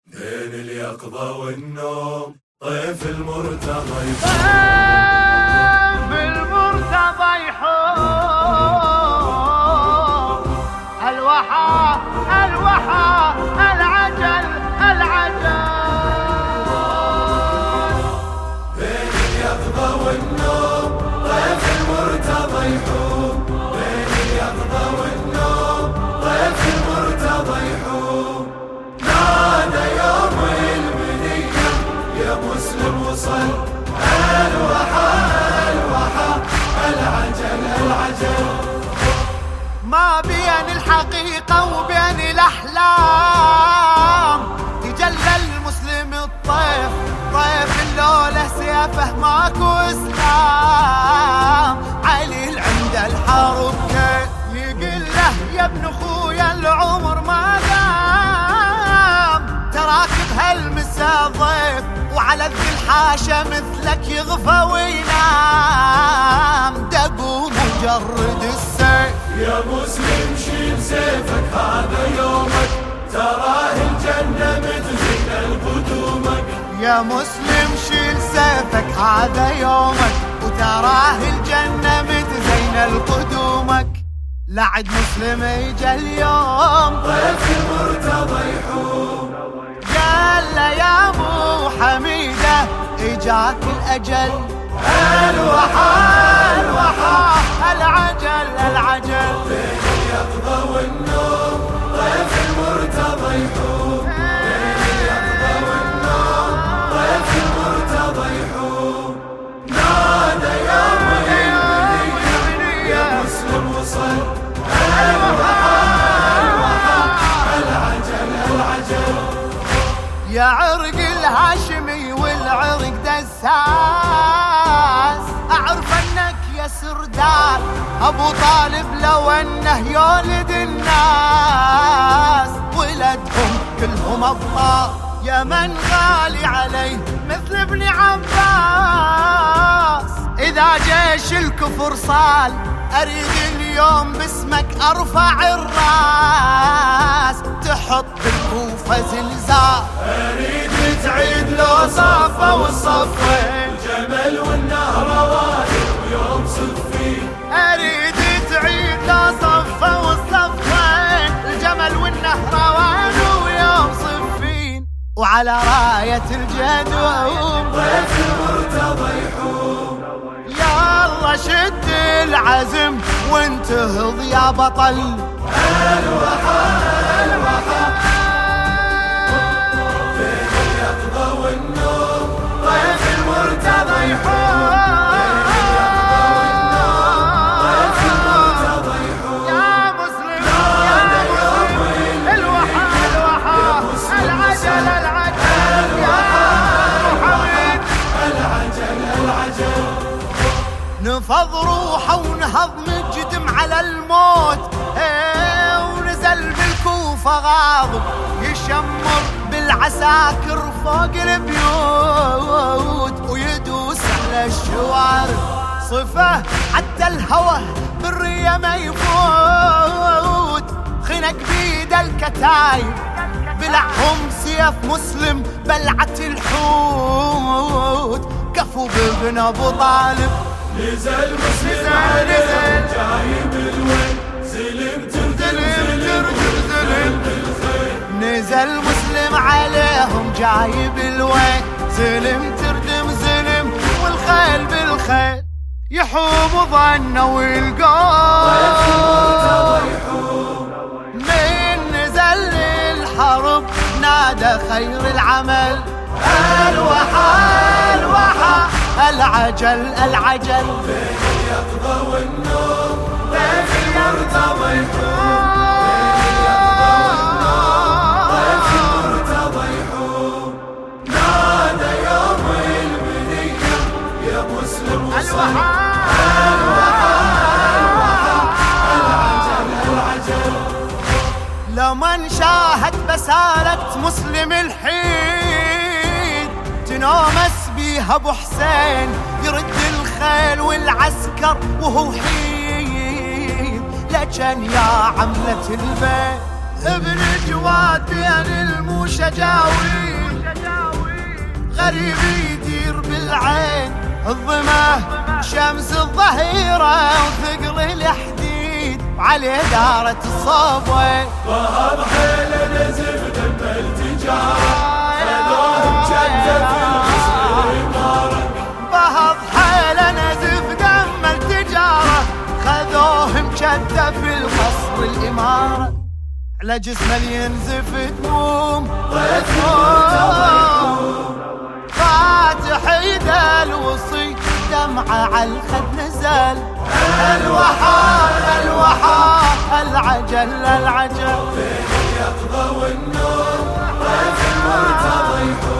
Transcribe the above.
بين اليقظة والنوم طيف المرتضى يحوم الوحى العجل بين اليقظة والنوم طيف المرتضى يحوم بين اليقظة والنوم طيف المرتضى يحوم نادى يوم المنية يا مسلم وصل الوحى العجل ما بين الحقيقة وبين الأحلام تجلى المسلم الطيف اللولة سيفه ماكو اسلام علي عند الحرب كيف يقول له يا ابن خويا العمر ما دام تراك بهالمسا ضيف وعلى ذي الحاشا مثلك يغفى وينام دقوا مجرد السيف يا مسلم شيل سيفك هذا يومك تراه الجنة متزين القدومك يا مسلم شيل سيفك هذا يومك وتراه الجنة متزين القدومك لعد مسلم اجا اليوم طيف المرتضى يحوم قال له يا ابو حميدة اجاك الاجل الوحى العجل بين اليقظة والنوم طيف المرتضى يحوم بين اليقظة والنوم طيف المرتضى يحوم نادى يوم المنية يا مسلم وصل الوحى العجل يا عرق الهاشمي والعرق دساس اعرف انك يا سردار ابو طالب لو انه يولد الناس ولدهم كلهم ابطال يا من غالي عليه مثل ابن عباس اذا جيش الكفر صال اريد اليوم باسمك ارفع الراس تحط بالكوفة زلزال اريد تعيد لو صفة والصفين الجمل والنهروان ويوم صفين اريد تعيد لو صفة والصفين الجمل والنهروان ويوم صفين وعلى راية الجدوم طيف المرتضى يحوم يلا شد العزم وانتهض يا بطل الوحى بين اليقظة والنوم طيف المرتضى يحوم طيف المرتضى يحوم يا مسلم الوحى العجل يا حميد العجل نفض روحه ونهض مجدم على الموت ونزل بالكوفة غاضب يشمر بالعساكر فوق البيوت ويدوس على الشوارع صفه حتى الهوى بالرية ما يفوت خنق بيد الكتايب بلعهم سيف مسلم بلعة الحوت كفو بابن ابو طالب نزل مسلم عليهم جايب الوين زلم نزل مسلم عليهم جايب الوين زلم تردم زلم والخيل بالخيل يحوم ظنه والقوم من نزل للحرب نادى خير العمل الوحى العجل بين اليقظة والنوم طيف المرتضى يحوم طيف المرتضى يحوم نادى يوم المنية يا مسلم وصل الوحى العجل لمن شاهد بسالة مسلم الحين تنامس بيها ابو حسين يرد الخيل والعسكر وهو حين لجن يا عملة البيت ابن جواد بين المشجاوي، غريب يدير بالعين الظمه شمس الظهيرة وثقل الحديد وعليه دارة الصبوة. وهب حيل نزف دم التجارة خذوهم جدة في القصر الإمارة. وهب حيل نزف دم التجارة خذوهم جدة في القصر الإمارة. على جسمه ينزف دموم فاتح يده الوصي دمعة على الخد نزل. الوحى الوحى العجل العجل بين اليقظة والنوم ضيف المرتضى يحوم.